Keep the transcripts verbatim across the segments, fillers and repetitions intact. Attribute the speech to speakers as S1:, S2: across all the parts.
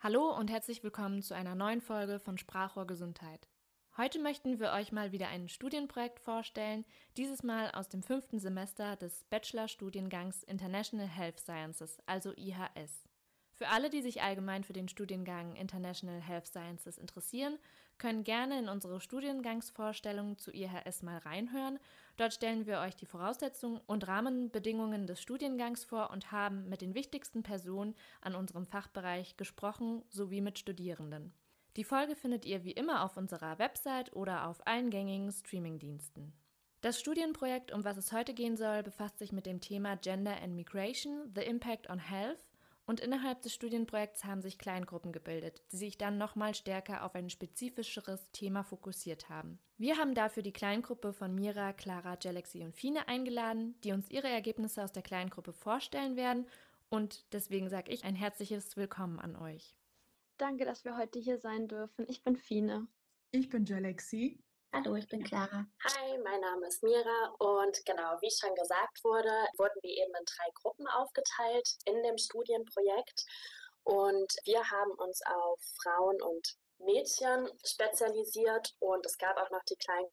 S1: Hallo und herzlich willkommen zu einer neuen Folge von Sprachrohr Gesundheit. Heute möchten wir euch mal wieder ein Studienprojekt vorstellen, dieses Mal aus dem fünften Semester des Bachelor-Studiengangs International Health Sciences, also I H S. Für alle, die sich allgemein für den Studiengang International Health Sciences interessieren, können gerne in unsere Studiengangsvorstellung zu I H S mal reinhören. Dort stellen wir euch die Voraussetzungen und Rahmenbedingungen des Studiengangs vor und haben mit den wichtigsten Personen an unserem Fachbereich gesprochen, sowie mit Studierenden. Die Folge findet ihr wie immer auf unserer Website oder auf allen gängigen Streamingdiensten. Das Studienprojekt, um was es heute gehen soll, befasst sich mit dem Thema Gender and Migration, the Impact on Health. Und innerhalb des Studienprojekts haben sich Kleingruppen gebildet, die sich dann nochmal stärker auf ein spezifischeres Thema fokussiert haben. Wir haben dafür die Kleingruppe von Mira, Clara, Jelexi und Fine eingeladen, die uns ihre Ergebnisse aus der Kleingruppe vorstellen werden. Und deswegen sage ich ein herzliches Willkommen an euch.
S2: Danke, dass wir heute hier sein dürfen. Ich bin Fine.
S3: Ich bin Jelexi.
S4: Hallo, ich bin Clara.
S5: Hi, mein Name ist Mira und genau, wie schon gesagt wurde, wurden wir eben in drei Gruppen aufgeteilt in dem Studienprojekt und wir haben uns auf Frauen und Mädchen spezialisiert und es gab auch noch die Kleingruppe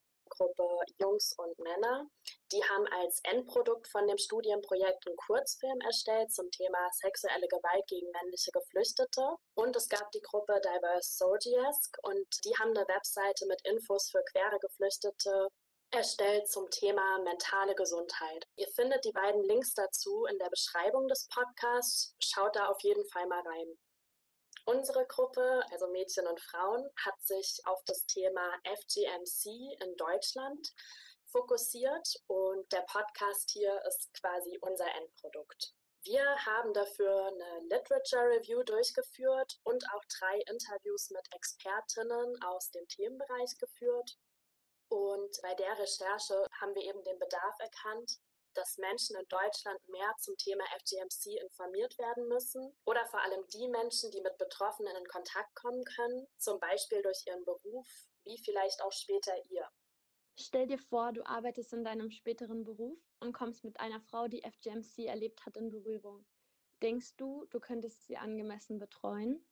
S5: Jungs und Männer. Die haben als Endprodukt von dem Studienprojekt einen Kurzfilm erstellt zum Thema sexuelle Gewalt gegen männliche Geflüchtete. Und es gab die Gruppe Diverse Soldiers und die haben eine Webseite mit Infos für queere Geflüchtete erstellt zum Thema mentale Gesundheit. Ihr findet die beiden Links dazu in der Beschreibung des Podcasts. Schaut da auf jeden Fall mal rein. Unsere Gruppe, also Mädchen und Frauen, hat sich auf das Thema F G M C in Deutschland fokussiert und der Podcast hier ist quasi unser Endprodukt. Wir haben dafür eine Literature Review durchgeführt und auch drei Interviews mit Expertinnen aus dem Themenbereich geführt. Und bei der Recherche haben wir eben den Bedarf erkannt, dass Menschen in Deutschland mehr zum Thema F G M C informiert werden müssen oder vor allem die Menschen, die mit Betroffenen in Kontakt kommen können, zum Beispiel durch ihren Beruf, wie vielleicht auch später ihr.
S2: Stell dir vor, du arbeitest in deinem späteren Beruf und kommst mit einer Frau, die F G M C erlebt hat, in Berührung. Denkst du, du könntest sie angemessen betreuen?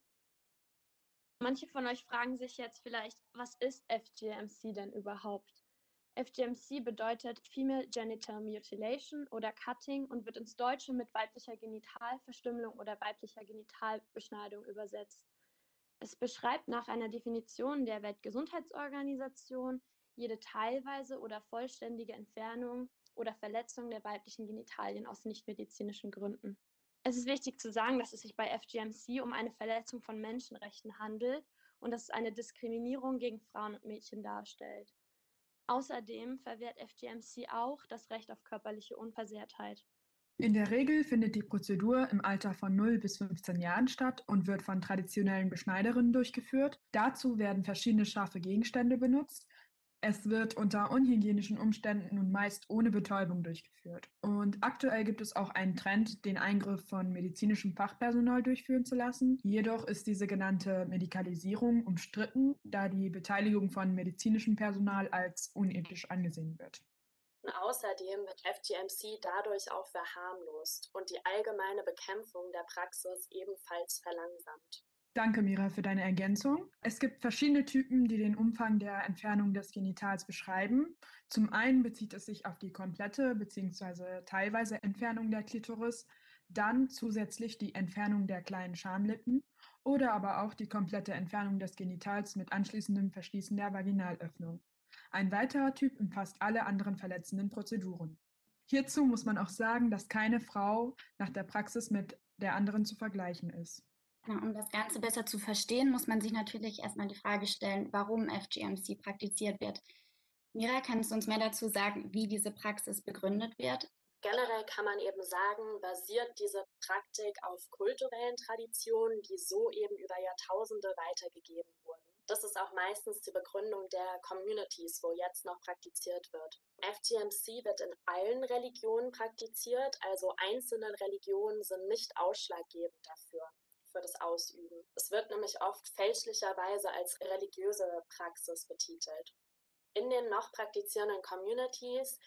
S2: Manche von euch fragen sich jetzt vielleicht, was ist F G M C denn überhaupt? F G M C bedeutet Female Genital Mutilation oder Cutting und wird ins Deutsche mit weiblicher Genitalverstümmelung oder weiblicher Genitalbeschneidung übersetzt. Es beschreibt nach einer Definition der Weltgesundheitsorganisation jede teilweise oder vollständige Entfernung oder Verletzung der weiblichen Genitalien aus nichtmedizinischen Gründen. Es ist wichtig zu sagen, dass es sich bei F G M C um eine Verletzung von Menschenrechten handelt und dass es eine Diskriminierung gegen Frauen und Mädchen darstellt. Außerdem verwehrt F G M C auch das Recht auf körperliche Unversehrtheit.
S3: In der Regel findet die Prozedur im Alter von null bis fünfzehn Jahren statt und wird von traditionellen Beschneiderinnen durchgeführt. Dazu werden verschiedene scharfe Gegenstände benutzt. Es wird unter unhygienischen Umständen und meist ohne Betäubung durchgeführt. Und aktuell gibt es auch einen Trend, den Eingriff von medizinischem Fachpersonal durchführen zu lassen. Jedoch ist diese genannte Medikalisierung umstritten, da die Beteiligung von medizinischem Personal als unethisch angesehen wird.
S5: Und außerdem wird F G M C dadurch auch verharmlost und die allgemeine Bekämpfung der Praxis ebenfalls verlangsamt.
S3: Danke, Mira, für deine Ergänzung. Es gibt verschiedene Typen, die den Umfang der Entfernung des Genitals beschreiben. Zum einen bezieht es sich auf die komplette bzw. teilweise Entfernung der Klitoris, dann zusätzlich die Entfernung der kleinen Schamlippen oder aber auch die komplette Entfernung des Genitals mit anschließendem Verschließen der Vaginalöffnung. Ein weiterer Typ umfasst alle anderen verletzenden Prozeduren. Hierzu muss man auch sagen, dass keine Frau nach der Praxis mit der anderen zu vergleichen ist.
S4: Um das Ganze besser zu verstehen, muss man sich natürlich erstmal die Frage stellen, warum F G M C praktiziert wird. Mira, kannst du uns mehr dazu sagen, wie diese Praxis begründet wird?
S5: Generell kann man eben sagen, basiert diese Praktik auf kulturellen Traditionen, die so eben über Jahrtausende weitergegeben wurden. Das ist auch meistens die Begründung der Communities, wo jetzt noch praktiziert wird. F G M C wird in allen Religionen praktiziert, also einzelne Religionen sind nicht ausschlaggebend dafür. für das Ausüben. Es wird nämlich oft fälschlicherweise als religiöse Praxis betitelt. In den noch praktizierenden Communities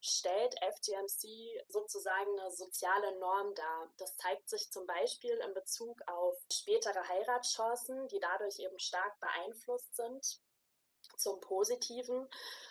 S5: stellt F G M C sozusagen eine soziale Norm dar. Das zeigt sich zum Beispiel in Bezug auf spätere Heiratschancen, die dadurch eben stark beeinflusst sind zum Positiven.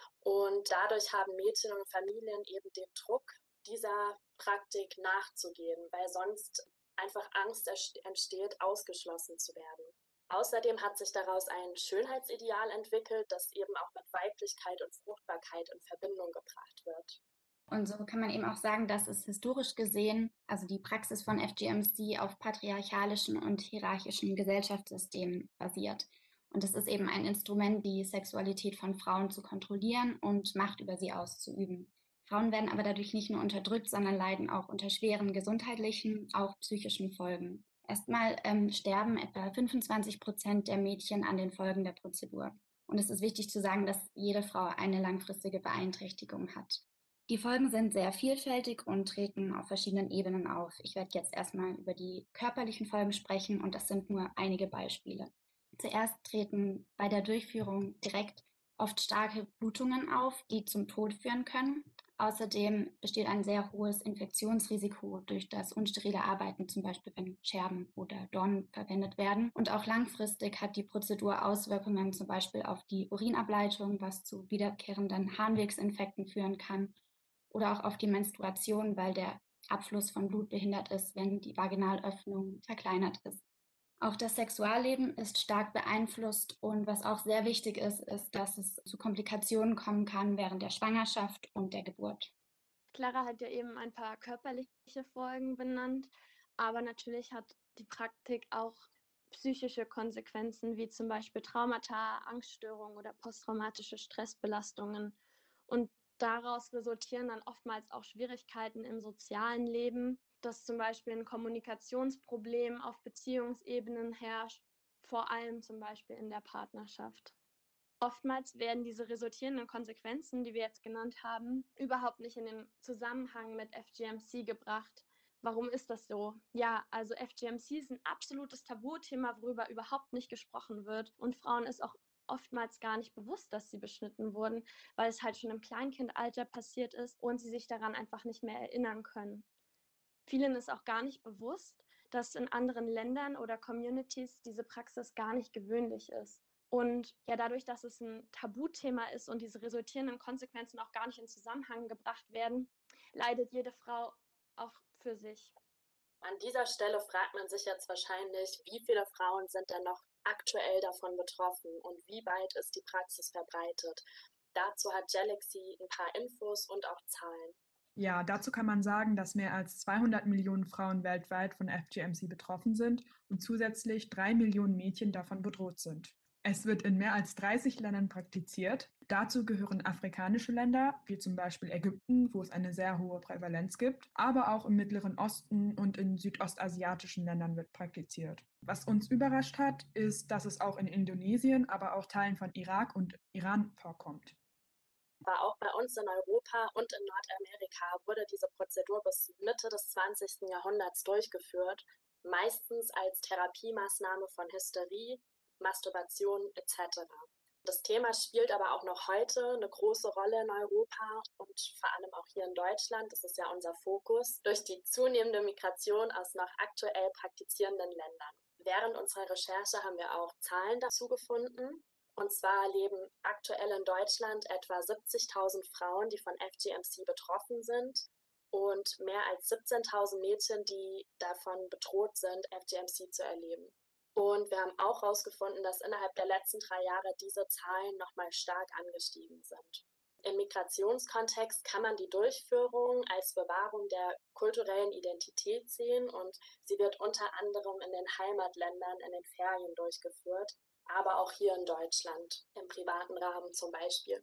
S5: Und dadurch haben Mädchen und Familien eben den Druck, dieser Praktik nachzugehen, weil sonst einfach Angst entsteht, ausgeschlossen zu werden. Außerdem hat sich daraus ein Schönheitsideal entwickelt, das eben auch mit Weiblichkeit und Fruchtbarkeit in Verbindung gebracht wird.
S4: Und so kann man eben auch sagen, dass es historisch gesehen, also die Praxis von F G M C auf patriarchalischen und hierarchischen Gesellschaftssystemen basiert. Und es ist eben ein Instrument, die Sexualität von Frauen zu kontrollieren und Macht über sie auszuüben. Frauen werden aber dadurch nicht nur unterdrückt, sondern leiden auch unter schweren gesundheitlichen, auch psychischen Folgen. Erstmal ähm, sterben etwa fünfundzwanzig Prozent der Mädchen an den Folgen der Prozedur. Und es ist wichtig zu sagen, dass jede Frau eine langfristige Beeinträchtigung hat. Die Folgen sind sehr vielfältig und treten auf verschiedenen Ebenen auf. Ich werde jetzt erstmal über die körperlichen Folgen sprechen und das sind nur einige Beispiele. Zuerst treten bei der Durchführung direkt oft starke Blutungen auf, die zum Tod führen können. Außerdem besteht ein sehr hohes Infektionsrisiko durch das unsterile Arbeiten, zum Beispiel wenn Scherben oder Dornen verwendet werden. Und auch langfristig hat die Prozedur Auswirkungen zum Beispiel auf die Urinableitung, was zu wiederkehrenden Harnwegsinfekten führen kann, oder auch auf die Menstruation, weil der Abfluss von Blut behindert ist, wenn die Vaginalöffnung verkleinert ist. Auch das Sexualleben ist stark beeinflusst und was auch sehr wichtig ist, ist, dass es zu Komplikationen kommen kann während der Schwangerschaft und der Geburt.
S2: Clara hat ja eben ein paar körperliche Folgen benannt, aber natürlich hat die Praktik auch psychische Konsequenzen, wie zum Beispiel Traumata, Angststörungen oder posttraumatische Stressbelastungen. Und daraus resultieren dann oftmals auch Schwierigkeiten im sozialen Leben, dass zum Beispiel ein Kommunikationsproblem auf Beziehungsebenen herrscht, vor allem zum Beispiel in der Partnerschaft. Oftmals werden diese resultierenden Konsequenzen, die wir jetzt genannt haben, überhaupt nicht in den Zusammenhang mit F G M C gebracht. Warum ist das so? Ja, also F G M C ist ein absolutes Tabuthema, worüber überhaupt nicht gesprochen wird. Und Frauen ist auch oftmals gar nicht bewusst, dass sie beschnitten wurden, weil es halt schon im Kleinkindalter passiert ist und sie sich daran einfach nicht mehr erinnern können. Vielen ist auch gar nicht bewusst, dass in anderen Ländern oder Communities diese Praxis gar nicht gewöhnlich ist. Und ja, dadurch, dass es ein Tabuthema ist und diese resultierenden Konsequenzen auch gar nicht in Zusammenhang gebracht werden, leidet jede Frau auch für sich.
S5: An dieser Stelle fragt man sich jetzt wahrscheinlich, wie viele Frauen sind denn noch aktuell davon betroffen und wie weit ist die Praxis verbreitet? Dazu hat Jelexi ein paar Infos und auch Zahlen.
S3: Ja, dazu kann man sagen, dass mehr als zweihundert Millionen Frauen weltweit von F G M C betroffen sind und zusätzlich drei Millionen Mädchen davon bedroht sind. Es wird in mehr als dreißig Ländern praktiziert. Dazu gehören afrikanische Länder, wie zum Beispiel Ägypten, wo es eine sehr hohe Prävalenz gibt, aber auch im Mittleren Osten und in südostasiatischen Ländern wird praktiziert. Was uns überrascht hat, ist, dass es auch in Indonesien, aber auch Teilen von Irak und Iran vorkommt.
S5: Aber auch bei uns in Europa und in Nordamerika wurde diese Prozedur bis Mitte des zwanzigsten Jahrhunderts durchgeführt, meistens als Therapiemaßnahme von Hysterie, Masturbation et cetera. Das Thema spielt aber auch noch heute eine große Rolle in Europa und vor allem auch hier in Deutschland. Das ist ja unser Fokus, durch die zunehmende Migration aus noch aktuell praktizierenden Ländern. Während unserer Recherche haben wir auch Zahlen dazu gefunden. Und zwar leben aktuell in Deutschland etwa siebzigtausend Frauen, die von F G M C betroffen sind und mehr als siebzehntausend Mädchen, die davon bedroht sind, F G M C zu erleben. Und wir haben auch herausgefunden, dass innerhalb der letzten drei Jahre diese Zahlen nochmal stark angestiegen sind. Im Migrationskontext kann man die Durchführung als Bewahrung der kulturellen Identität sehen und sie wird unter anderem in den Heimatländern in den Ferien durchgeführt, aber auch hier in Deutschland, im privaten Rahmen zum Beispiel.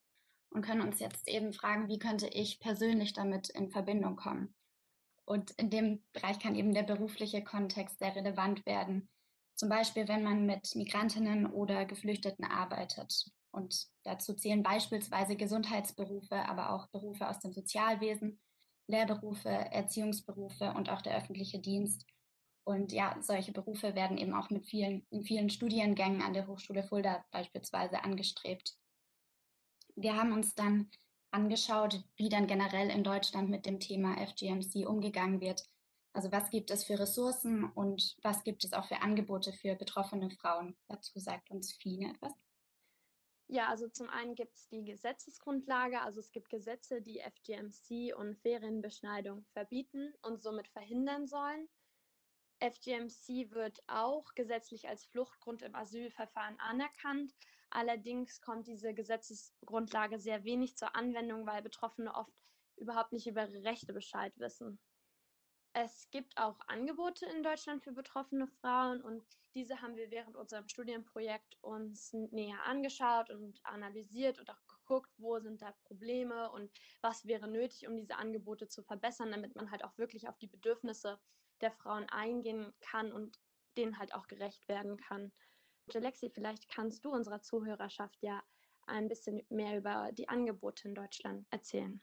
S4: Und können uns jetzt eben fragen, wie könnte ich persönlich damit in Verbindung kommen? Und in dem Bereich kann eben der berufliche Kontext sehr relevant werden. Zum Beispiel, wenn man mit Migrantinnen oder Geflüchteten arbeitet. Und dazu zählen beispielsweise Gesundheitsberufe, aber auch Berufe aus dem Sozialwesen, Lehrberufe, Erziehungsberufe und auch der öffentliche Dienst. Und ja, solche Berufe werden eben auch mit vielen, in vielen Studiengängen an der Hochschule Fulda beispielsweise angestrebt. Wir haben uns dann angeschaut, wie dann generell in Deutschland mit dem Thema F G M C umgegangen wird. Also was gibt es für Ressourcen und was gibt es auch für Angebote für betroffene Frauen? Dazu sagt uns Fine etwas.
S2: Ja, also zum einen gibt es die Gesetzesgrundlage, also es gibt Gesetze, die F G M C und Ferienbeschneidung verbieten und somit verhindern sollen. F G M C wird auch gesetzlich als Fluchtgrund im Asylverfahren anerkannt. Allerdings kommt diese Gesetzesgrundlage sehr wenig zur Anwendung, weil Betroffene oft überhaupt nicht über ihre Rechte Bescheid wissen. Es gibt auch Angebote in Deutschland für betroffene Frauen und diese haben wir während unserem Studienprojekt uns näher angeschaut und analysiert und auch geguckt, wo sind da Probleme und was wäre nötig, um diese Angebote zu verbessern, damit man halt auch wirklich auf die Bedürfnisse der Frauen eingehen kann und denen halt auch gerecht werden kann. Und Alexi, vielleicht kannst du unserer Zuhörerschaft ja ein bisschen mehr über die Angebote in Deutschland erzählen.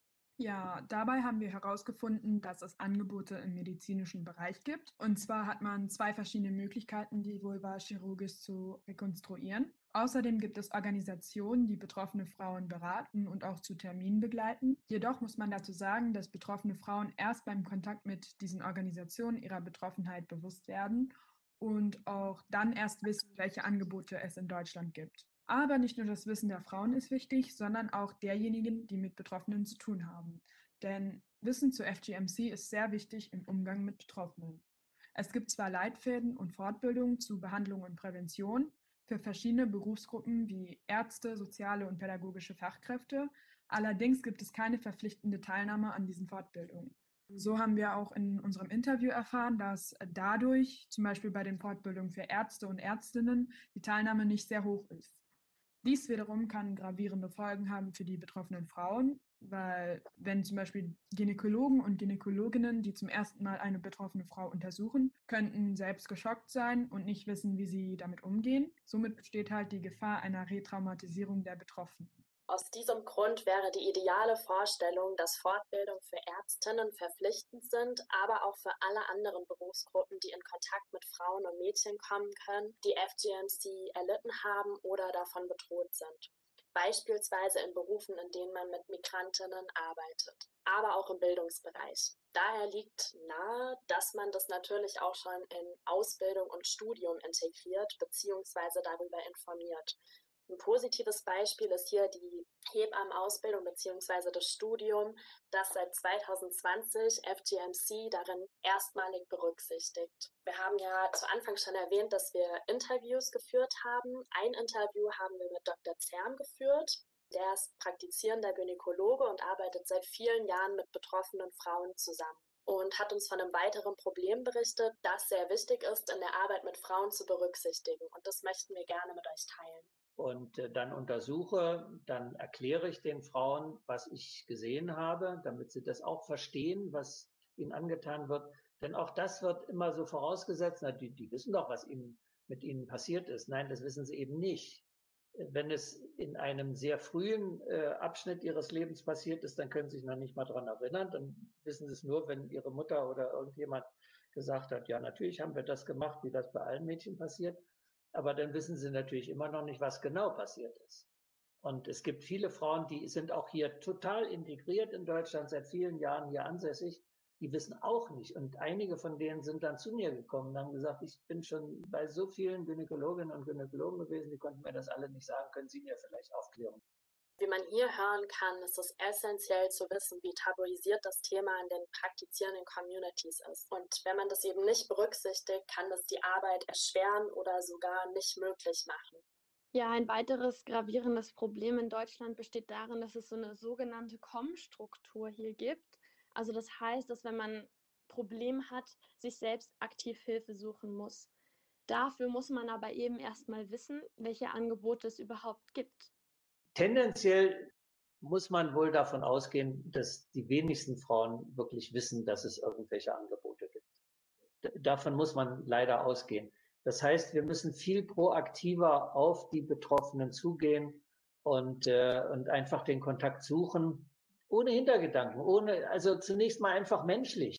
S3: Ja, dabei haben wir herausgefunden, dass es Angebote im medizinischen Bereich gibt. Und zwar hat man zwei verschiedene Möglichkeiten, die Vulva chirurgisch zu rekonstruieren. Außerdem gibt es Organisationen, die betroffene Frauen beraten und auch zu Terminen begleiten. Jedoch muss man dazu sagen, dass betroffene Frauen erst beim Kontakt mit diesen Organisationen ihrer Betroffenheit bewusst werden und auch dann erst wissen, welche Angebote es in Deutschland gibt. Aber nicht nur das Wissen der Frauen ist wichtig, sondern auch derjenigen, die mit Betroffenen zu tun haben. Denn Wissen zu F G M C ist sehr wichtig im Umgang mit Betroffenen. Es gibt zwar Leitfäden und Fortbildungen zu Behandlung und Prävention für verschiedene Berufsgruppen wie Ärzte, soziale und pädagogische Fachkräfte, allerdings gibt es keine verpflichtende Teilnahme an diesen Fortbildungen. So haben wir auch in unserem Interview erfahren, dass dadurch, zum Beispiel bei den Fortbildungen für Ärzte und Ärztinnen, die Teilnahme nicht sehr hoch ist. Dies wiederum kann gravierende Folgen haben für die betroffenen Frauen, weil wenn zum Beispiel Gynäkologen und Gynäkologinnen, die zum ersten Mal eine betroffene Frau untersuchen, könnten selbst geschockt sein und nicht wissen, wie sie damit umgehen. Somit besteht halt die Gefahr einer Retraumatisierung der Betroffenen.
S5: Aus diesem Grund wäre die ideale Vorstellung, dass Fortbildung für Ärztinnen verpflichtend sind, aber auch für alle anderen Berufsgruppen, die in Kontakt mit Frauen und Mädchen kommen können, die F G M C erlitten haben oder davon bedroht sind. Beispielsweise in Berufen, in denen man mit Migrantinnen arbeitet, aber auch im Bildungsbereich. Daher liegt nahe, dass man das natürlich auch schon in Ausbildung und Studium integriert bzw. darüber informiert. Ein positives Beispiel ist hier die Hebammenausbildung bzw. das Studium, das seit zwanzig zwanzig F G M C darin erstmalig berücksichtigt. Wir haben ja zu Anfang schon erwähnt, dass wir Interviews geführt haben. Ein Interview haben wir mit Doktor Zerm geführt. Der ist praktizierender Gynäkologe und arbeitet seit vielen Jahren mit betroffenen Frauen zusammen und hat uns von einem weiteren Problem berichtet, das sehr wichtig ist, in der Arbeit mit Frauen zu berücksichtigen. Und das möchten wir gerne mit euch teilen.
S6: Und äh, dann untersuche, dann erkläre ich den Frauen, was ich gesehen habe, damit sie das auch verstehen, was ihnen angetan wird. Denn auch das wird immer so vorausgesetzt, na, die, die wissen doch, was ihnen, mit ihnen passiert ist. Nein, das wissen sie eben nicht. Wenn es in einem sehr frühen äh, Abschnitt ihres Lebens passiert ist, dann können sie sich noch nicht mal daran erinnern. Dann wissen sie es nur, wenn ihre Mutter oder irgendjemand gesagt hat, ja, natürlich haben wir das gemacht, wie das bei allen Mädchen passiert. Aber dann wissen sie natürlich immer noch nicht, was genau passiert ist. Und es gibt viele Frauen, die sind auch hier total integriert in Deutschland, seit vielen Jahren hier ansässig, die wissen auch nicht. Und einige von denen sind dann zu mir gekommen und haben gesagt, ich bin schon bei so vielen Gynäkologinnen und Gynäkologen gewesen, die konnten mir das alle nicht sagen, können Sie mir vielleicht aufklären?
S5: Wie man hier hören kann, ist es essentiell zu wissen, wie tabuisiert das Thema in den praktizierenden Communities ist. Und wenn man das eben nicht berücksichtigt, kann das die Arbeit erschweren oder sogar nicht möglich machen.
S2: Ja, ein weiteres gravierendes Problem in Deutschland besteht darin, dass es so eine sogenannte Komm-Struktur hier gibt. Also das heißt, dass wenn man ein Problem hat, sich selbst aktiv Hilfe suchen muss. Dafür muss man aber eben erstmal wissen, welche Angebote es überhaupt gibt.
S6: Tendenziell muss man wohl davon ausgehen, dass die wenigsten Frauen wirklich wissen, dass es irgendwelche Angebote gibt. Davon muss man leider ausgehen. Das heißt, wir müssen viel proaktiver auf die Betroffenen zugehen und, äh, und einfach den Kontakt suchen, ohne Hintergedanken, ohne, also zunächst mal einfach menschlich.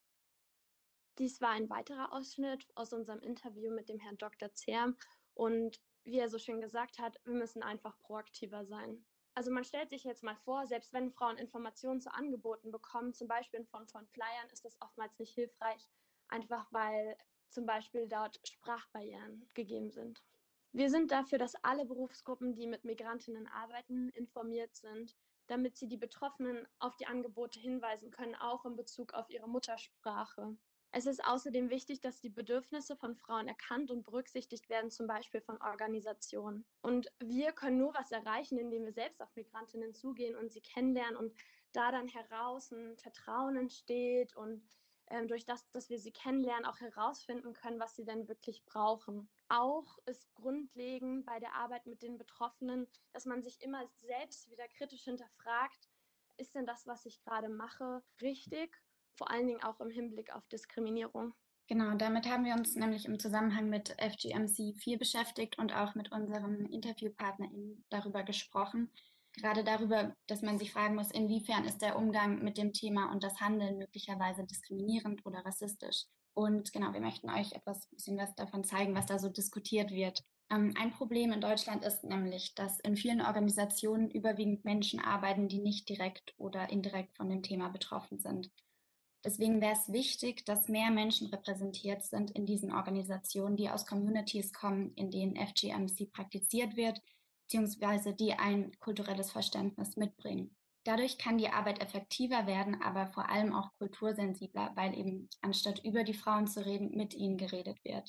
S2: Dies war ein weiterer Ausschnitt aus unserem Interview mit dem Herrn Doktor Zerm und wie er so schön gesagt hat, wir müssen einfach proaktiver sein. Also man stellt sich jetzt mal vor, selbst wenn Frauen Informationen zu Angeboten bekommen, zum Beispiel in Form von Flyern, ist das oftmals nicht hilfreich, einfach weil zum Beispiel dort Sprachbarrieren gegeben sind. Wir sind dafür, dass alle Berufsgruppen, die mit Migrantinnen arbeiten, informiert sind, damit sie die Betroffenen auf die Angebote hinweisen können, auch in Bezug auf ihre Muttersprache. Es ist außerdem wichtig, dass die Bedürfnisse von Frauen erkannt und berücksichtigt werden, zum Beispiel von Organisationen. Und wir können nur was erreichen, indem wir selbst auf Migrantinnen zugehen und sie kennenlernen und da dann heraus ein Vertrauen entsteht und ähm, durch das, dass wir sie kennenlernen, auch herausfinden können, was sie denn wirklich brauchen. Auch ist grundlegend bei der Arbeit mit den Betroffenen, dass man sich immer selbst wieder kritisch hinterfragt, ist denn das, was ich gerade mache, richtig? Vor allen Dingen auch im Hinblick auf Diskriminierung.
S4: Genau, damit haben wir uns nämlich im Zusammenhang mit F G M C viel beschäftigt und auch mit unseren InterviewpartnerInnen darüber gesprochen. Gerade darüber, dass man sich fragen muss, inwiefern ist der Umgang mit dem Thema und das Handeln möglicherweise diskriminierend oder rassistisch. Und genau, wir möchten euch etwas, ein bisschen was davon zeigen, was da so diskutiert wird. Ähm, ein Problem in Deutschland ist nämlich, dass in vielen Organisationen überwiegend Menschen arbeiten, die nicht direkt oder indirekt von dem Thema betroffen sind. Deswegen wäre es wichtig, dass mehr Menschen repräsentiert sind in diesen Organisationen, die aus Communities kommen, in denen F G M C praktiziert wird, beziehungsweise die ein kulturelles Verständnis mitbringen. Dadurch kann die Arbeit effektiver werden, aber vor allem auch kultursensibler, weil eben anstatt über die Frauen zu reden, mit ihnen geredet wird.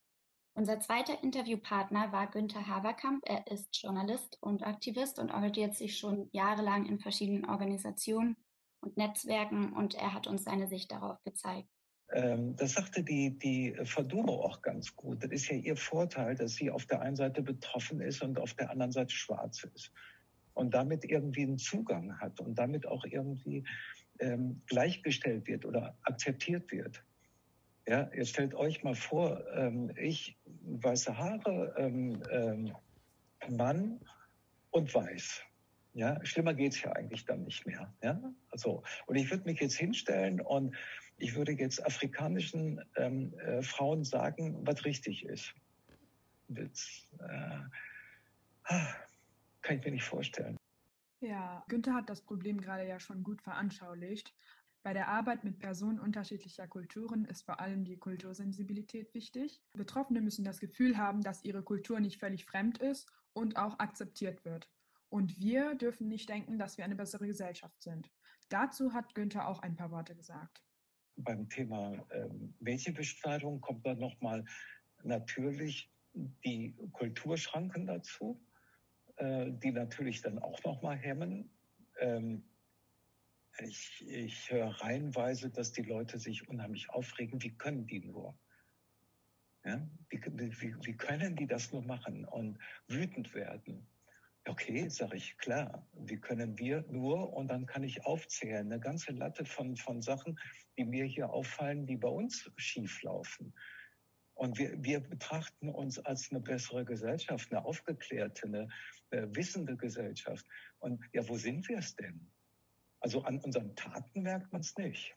S4: Unser zweiter Interviewpartner war Günther Haverkamp. Er ist Journalist und Aktivist und engagiert sich schon jahrelang in verschiedenen Organisationen und Netzwerken, und er hat uns seine Sicht darauf gezeigt.
S7: Ähm, das sagte die, die Faduro auch ganz gut. Das ist ja ihr Vorteil, dass sie auf der einen Seite betroffen ist und auf der anderen Seite schwarz ist. Und damit irgendwie einen Zugang hat und damit auch irgendwie ähm, gleichgestellt wird oder akzeptiert wird. Ja, ihr stellt euch mal vor, ähm, ich, weiße Haare, ähm, ähm, Mann und weiß. Ja, schlimmer geht's ja eigentlich dann nicht mehr. Ja, also, und ich würde mich jetzt hinstellen und ich würde jetzt afrikanischen ähm, äh, Frauen sagen, was richtig ist. Das äh, kann ich mir nicht vorstellen.
S3: Ja, Günther hat das Problem gerade ja schon gut veranschaulicht. Bei der Arbeit mit Personen unterschiedlicher Kulturen ist vor allem die Kultursensibilität wichtig. Betroffene müssen das Gefühl haben, dass ihre Kultur nicht völlig fremd ist und auch akzeptiert wird. Und wir dürfen nicht denken, dass wir eine bessere Gesellschaft sind. Dazu hat Günther auch ein paar Worte gesagt.
S7: Beim Thema ähm, Mädchenbekleidung kommt dann nochmal natürlich die Kulturschranken dazu, äh, die natürlich dann auch nochmal hemmen. Ähm, ich, ich höre reihenweise, dass die Leute sich unheimlich aufregen. Wie können die nur? Ja? Wie, wie, wie können die das nur machen und wütend werden? Okay, sage ich, klar, wie können wir nur, und dann kann ich aufzählen, eine ganze Latte von, von Sachen, die mir hier auffallen, die bei uns schief laufen. Und wir, wir betrachten uns als eine bessere Gesellschaft, eine aufgeklärte, eine, eine wissende Gesellschaft. Und ja, wo sind wir es denn? Also an unseren Taten merkt man es nicht.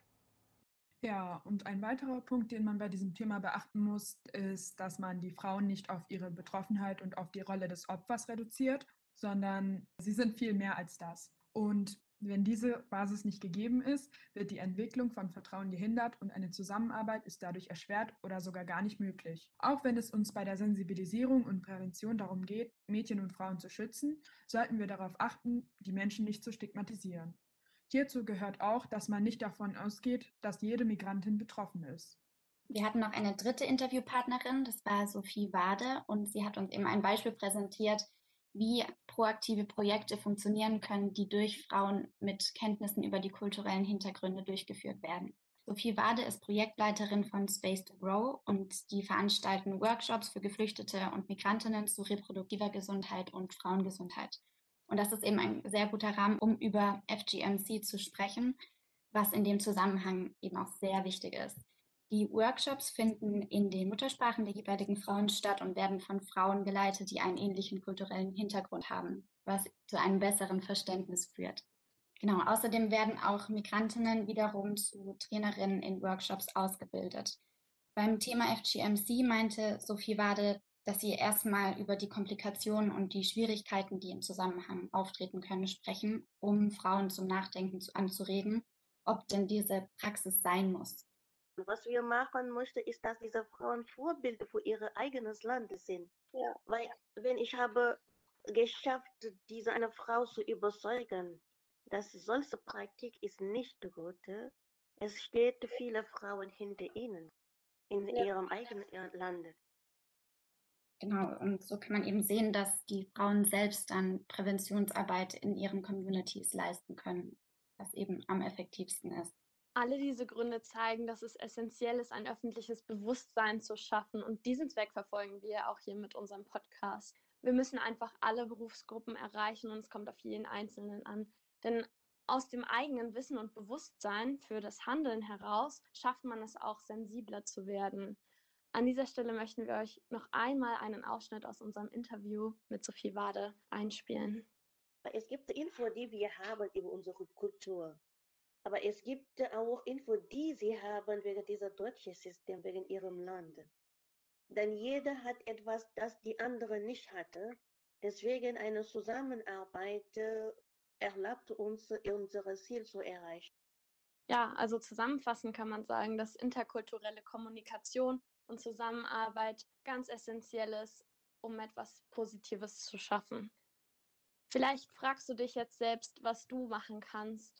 S3: Ja, und ein weiterer Punkt, den man bei diesem Thema beachten muss, ist, dass man die Frauen nicht auf ihre Betroffenheit und auf die Rolle des Opfers reduziert, sondern sie sind viel mehr als das. Und wenn diese Basis nicht gegeben ist, wird die Entwicklung von Vertrauen gehindert und eine Zusammenarbeit ist dadurch erschwert oder sogar gar nicht möglich. Auch wenn es uns bei der Sensibilisierung und Prävention darum geht, Mädchen und Frauen zu schützen, sollten wir darauf achten, die Menschen nicht zu stigmatisieren. Hierzu gehört auch, dass man nicht davon ausgeht, dass jede Migrantin betroffen ist.
S4: Wir hatten noch eine dritte Interviewpartnerin, das war Sophie Wade, und sie hat uns eben ein Beispiel präsentiert, wie proaktive Projekte funktionieren können, die durch Frauen mit Kenntnissen über die kulturellen Hintergründe durchgeführt werden. Sophie Wade ist Projektleiterin von Space to Grow und die veranstalten Workshops für Geflüchtete und Migrantinnen zu reproduktiver Gesundheit und Frauengesundheit. Und das ist eben ein sehr guter Rahmen, um über F G M C zu sprechen, was in dem Zusammenhang eben auch sehr wichtig ist. Die Workshops finden in den Muttersprachen der jeweiligen Frauen statt und werden von Frauen geleitet, die einen ähnlichen kulturellen Hintergrund haben, was zu einem besseren Verständnis führt. Genau, außerdem werden auch Migrantinnen wiederum zu Trainerinnen in Workshops ausgebildet. Beim Thema F G M C meinte Sophie Wade, dass sie erstmal über die Komplikationen und die Schwierigkeiten, die im Zusammenhang auftreten können, sprechen, um Frauen zum Nachdenken anzuregen, ob denn diese Praxis sein muss.
S8: Was wir machen möchten, ist, dass diese Frauen Vorbilder für ihr eigenes Land sind.
S5: Ja.
S8: Weil, wenn ich habe geschafft, diese eine Frau zu überzeugen, dass solche Praktik ist nicht gut, es steht viele Frauen hinter ihnen in ja. ihrem eigenen Land.
S4: Genau, und so kann man eben sehen, dass die Frauen selbst dann Präventionsarbeit in ihren Communities leisten können, was eben am effektivsten ist.
S2: Alle diese Gründe zeigen, dass es essentiell ist, ein öffentliches Bewusstsein zu schaffen. Und diesen Zweck verfolgen wir auch hier mit unserem Podcast. Wir müssen einfach alle Berufsgruppen erreichen und es kommt auf jeden Einzelnen an. Denn aus dem eigenen Wissen und Bewusstsein für das Handeln heraus schafft man es auch, sensibler zu werden. An dieser Stelle möchten wir euch noch einmal einen Ausschnitt aus unserem Interview mit Sophie Wade einspielen.
S8: Es gibt Info, die wir haben über unsere Kultur. Aber es gibt auch Info, die sie haben wegen dieser deutschen System, wegen ihrem Land. Denn jeder hat etwas, das die andere nicht hatte. Deswegen eine Zusammenarbeit erlaubt uns, unser Ziel zu erreichen.
S2: Ja, also zusammenfassend kann man sagen, dass interkulturelle Kommunikation und Zusammenarbeit ganz essentiell ist, um etwas Positives zu schaffen. Vielleicht fragst du dich jetzt selbst, was du machen kannst.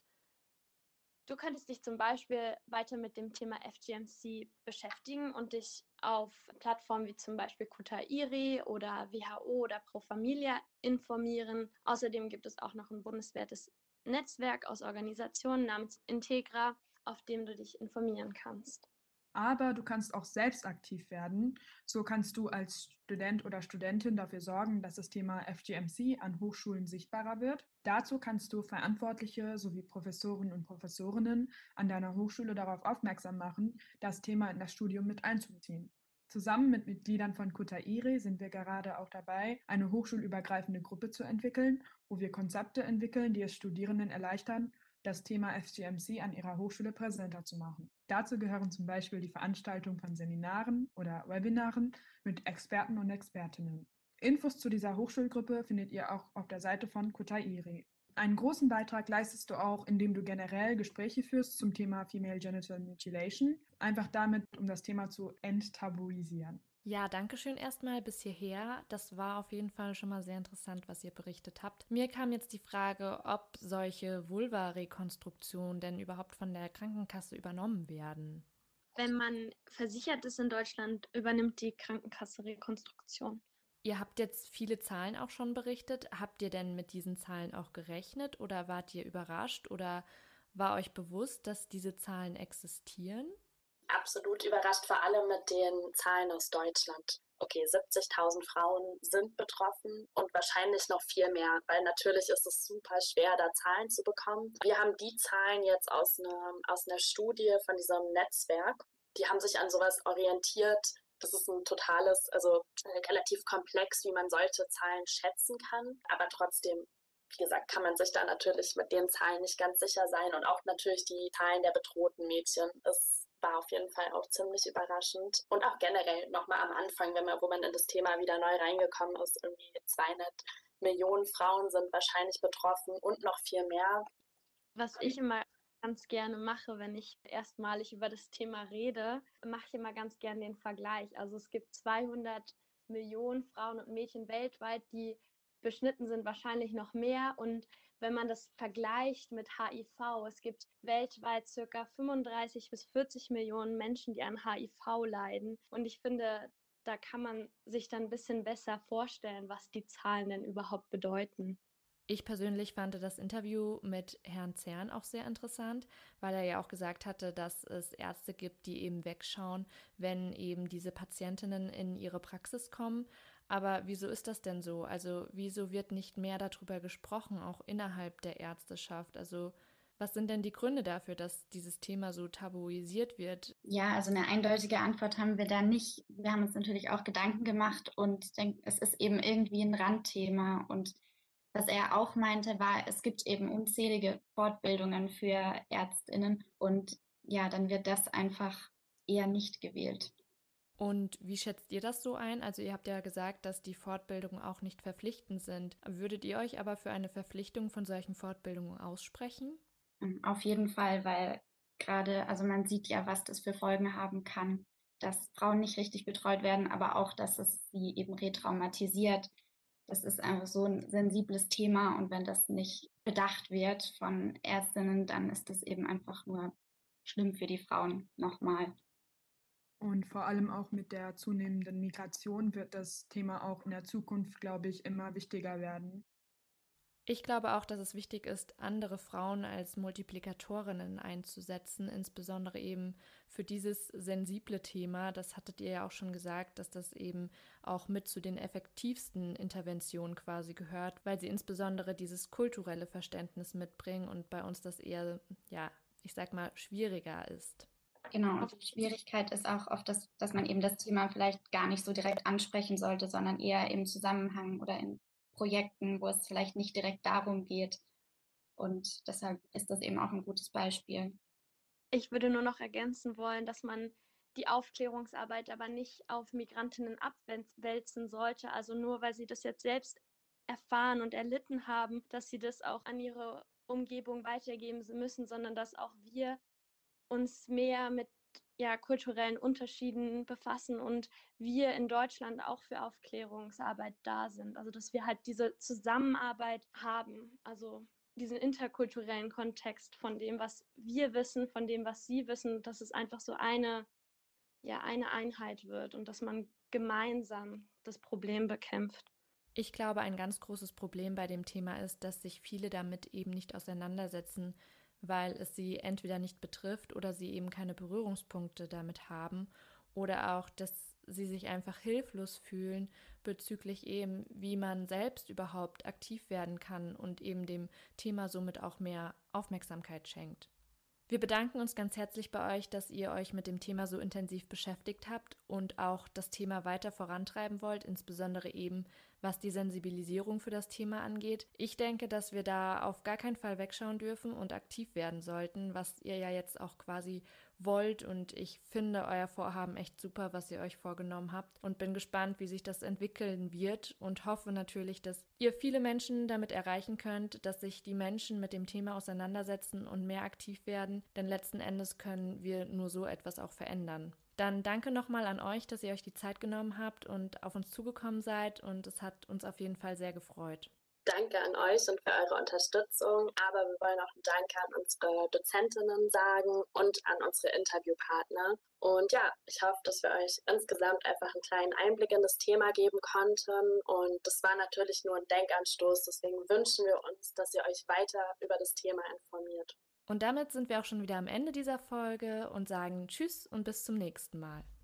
S2: Du könntest dich zum Beispiel weiter mit dem Thema F G M C beschäftigen und dich auf Plattformen wie zum Beispiel Kutairi oder W H O oder Pro Familia informieren. Außerdem gibt es auch noch ein bundesweites Netzwerk aus Organisationen namens Integra, auf dem du dich informieren kannst.
S3: Aber du kannst auch selbst aktiv werden. So kannst du als Student oder Studentin dafür sorgen, dass das Thema F G M C an Hochschulen sichtbarer wird. Dazu kannst du Verantwortliche sowie Professoren und Professorinnen an deiner Hochschule darauf aufmerksam machen, das Thema in das Studium mit einzubeziehen. Zusammen mit Mitgliedern von Kutairi sind wir gerade auch dabei, eine hochschulübergreifende Gruppe zu entwickeln, wo wir Konzepte entwickeln, die es Studierenden erleichtern, das Thema F G M C an ihrer Hochschule präsenter zu machen. Dazu gehören zum Beispiel die Veranstaltung von Seminaren oder Webinaren mit Experten und Expertinnen. Infos zu dieser Hochschulgruppe findet ihr auch auf der Seite von Kutairi. Einen großen Beitrag leistest du auch, indem du generell Gespräche führst zum Thema Female Genital Mutilation, einfach damit, um das Thema zu enttabuisieren.
S1: Ja, danke schön erstmal bis hierher. Das war auf jeden Fall schon mal sehr interessant, was ihr berichtet habt. Mir kam jetzt die Frage, ob solche Vulva-Rekonstruktionen denn überhaupt von der Krankenkasse übernommen werden.
S2: Wenn man versichert ist in Deutschland, übernimmt die Krankenkasse Rekonstruktion.
S1: Ihr habt jetzt viele Zahlen auch schon berichtet. Habt ihr denn mit diesen Zahlen auch gerechnet oder wart ihr überrascht oder war euch bewusst, dass diese Zahlen existieren?
S5: Absolut überrascht, vor allem mit den Zahlen aus Deutschland. Okay, siebzigtausend Frauen sind betroffen und wahrscheinlich noch viel mehr, weil natürlich ist es super schwer, da Zahlen zu bekommen. Wir haben die Zahlen jetzt aus einer, aus einer Studie von diesem Netzwerk. Die haben sich an sowas orientiert. Das ist ein totales, also relativ komplex, wie man solche Zahlen schätzen kann. Aber trotzdem, wie gesagt, kann man sich da natürlich mit den Zahlen nicht ganz sicher sein. Und auch natürlich die Zahlen der bedrohten Mädchen. Es war auf jeden Fall auch ziemlich überraschend. Und auch generell nochmal am Anfang, wenn man, wo man in das Thema wieder neu reingekommen ist, irgendwie zweihundert Millionen Frauen sind wahrscheinlich betroffen und noch viel mehr.
S2: Was ich immer ganz gerne mache, wenn ich erstmalig über das Thema rede, mache ich immer ganz gerne den Vergleich. Also es gibt zweihundert Millionen Frauen und Mädchen weltweit, die beschnitten sind, wahrscheinlich noch mehr. Und wenn man das vergleicht mit H I V, es gibt weltweit circa fünfunddreißig bis vierzig Millionen Menschen, die an H I V leiden. Und ich finde, da kann man sich dann ein bisschen besser vorstellen, was die Zahlen denn überhaupt bedeuten.
S1: Ich persönlich fand das Interview mit Herrn Zern auch sehr interessant, weil er ja auch gesagt hatte, dass es Ärzte gibt, die eben wegschauen, wenn eben diese Patientinnen in ihre Praxis kommen. Aber wieso ist das denn so? Also wieso wird nicht mehr darüber gesprochen, auch innerhalb der Ärzteschaft? Also was sind denn die Gründe dafür, dass dieses Thema so tabuisiert wird?
S4: Ja, also eine eindeutige Antwort haben wir da nicht. Wir haben uns natürlich auch Gedanken gemacht und denken, es ist eben irgendwie ein Randthema. Und was er auch meinte, war, es gibt eben unzählige Fortbildungen für ÄrztInnen und ja, dann wird das einfach eher nicht gewählt.
S1: Und wie schätzt ihr das so ein? Also ihr habt ja gesagt, dass die Fortbildungen auch nicht verpflichtend sind. Würdet ihr euch aber für eine Verpflichtung von solchen Fortbildungen aussprechen?
S4: Auf jeden Fall, weil gerade, also man sieht ja, was das für Folgen haben kann, dass Frauen nicht richtig betreut werden, aber auch, dass es sie eben retraumatisiert. Das ist einfach so ein sensibles Thema und wenn das nicht bedacht wird von Ärztinnen, dann ist das eben einfach nur schlimm für die Frauen nochmal.
S3: Und vor allem auch mit der zunehmenden Migration wird das Thema auch in der Zukunft, glaube ich, immer wichtiger werden.
S1: Ich glaube auch, dass es wichtig ist, andere Frauen als Multiplikatorinnen einzusetzen, insbesondere eben für dieses sensible Thema. Das hattet ihr ja auch schon gesagt, dass das eben auch mit zu den effektivsten Interventionen quasi gehört, weil sie insbesondere dieses kulturelle Verständnis mitbringen und bei uns das eher, ja, ich sag mal, schwieriger ist.
S4: Genau, und die Schwierigkeit ist auch oft, dass, dass man eben das Thema vielleicht gar nicht so direkt ansprechen sollte, sondern eher im Zusammenhang oder in Projekten, wo es vielleicht nicht direkt darum geht. Und deshalb ist das eben auch ein gutes Beispiel.
S2: Ich würde nur noch ergänzen wollen, dass man die Aufklärungsarbeit aber nicht auf Migrantinnen abwälzen sollte. Also nur weil sie das jetzt selbst erfahren und erlitten haben, dass sie das auch an ihre Umgebung weitergeben müssen, sondern dass auch wir uns mehr mit ja, kulturellen Unterschieden befassen und wir in Deutschland auch für Aufklärungsarbeit da sind. Also dass wir halt diese Zusammenarbeit haben, also diesen interkulturellen Kontext von dem, was wir wissen, von dem, was sie wissen, dass es einfach so eine, ja, eine Einheit wird und dass man gemeinsam das Problem bekämpft.
S1: Ich glaube, ein ganz großes Problem bei dem Thema ist, dass sich viele damit eben nicht auseinandersetzen, weil es sie entweder nicht betrifft oder sie eben keine Berührungspunkte damit haben oder auch, dass sie sich einfach hilflos fühlen bezüglich eben, wie man selbst überhaupt aktiv werden kann und eben dem Thema somit auch mehr Aufmerksamkeit schenkt. Wir bedanken uns ganz herzlich bei euch, dass ihr euch mit dem Thema so intensiv beschäftigt habt und auch das Thema weiter vorantreiben wollt, insbesondere eben was die Sensibilisierung für das Thema angeht. Ich denke, dass wir da auf gar keinen Fall wegschauen dürfen und aktiv werden sollten, was ihr ja jetzt auch quasi wollt, und ich finde euer Vorhaben echt super, was ihr euch vorgenommen habt, und bin gespannt, wie sich das entwickeln wird und hoffe natürlich, dass ihr viele Menschen damit erreichen könnt, dass sich die Menschen mit dem Thema auseinandersetzen und mehr aktiv werden, denn letzten Endes können wir nur so etwas auch verändern. Dann danke nochmal an euch, dass ihr euch die Zeit genommen habt und auf uns zugekommen seid, und es hat uns auf jeden Fall sehr gefreut.
S5: Danke an euch und für eure Unterstützung, aber wir wollen auch einen Dank an unsere Dozentinnen sagen und an unsere Interviewpartner. Und ja, ich hoffe, dass wir euch insgesamt einfach einen kleinen Einblick in das Thema geben konnten, und das war natürlich nur ein Denkanstoß, deswegen wünschen wir uns, dass ihr euch weiter über das Thema informiert.
S1: Und damit sind wir auch schon wieder am Ende dieser Folge und sagen Tschüss und bis zum nächsten Mal.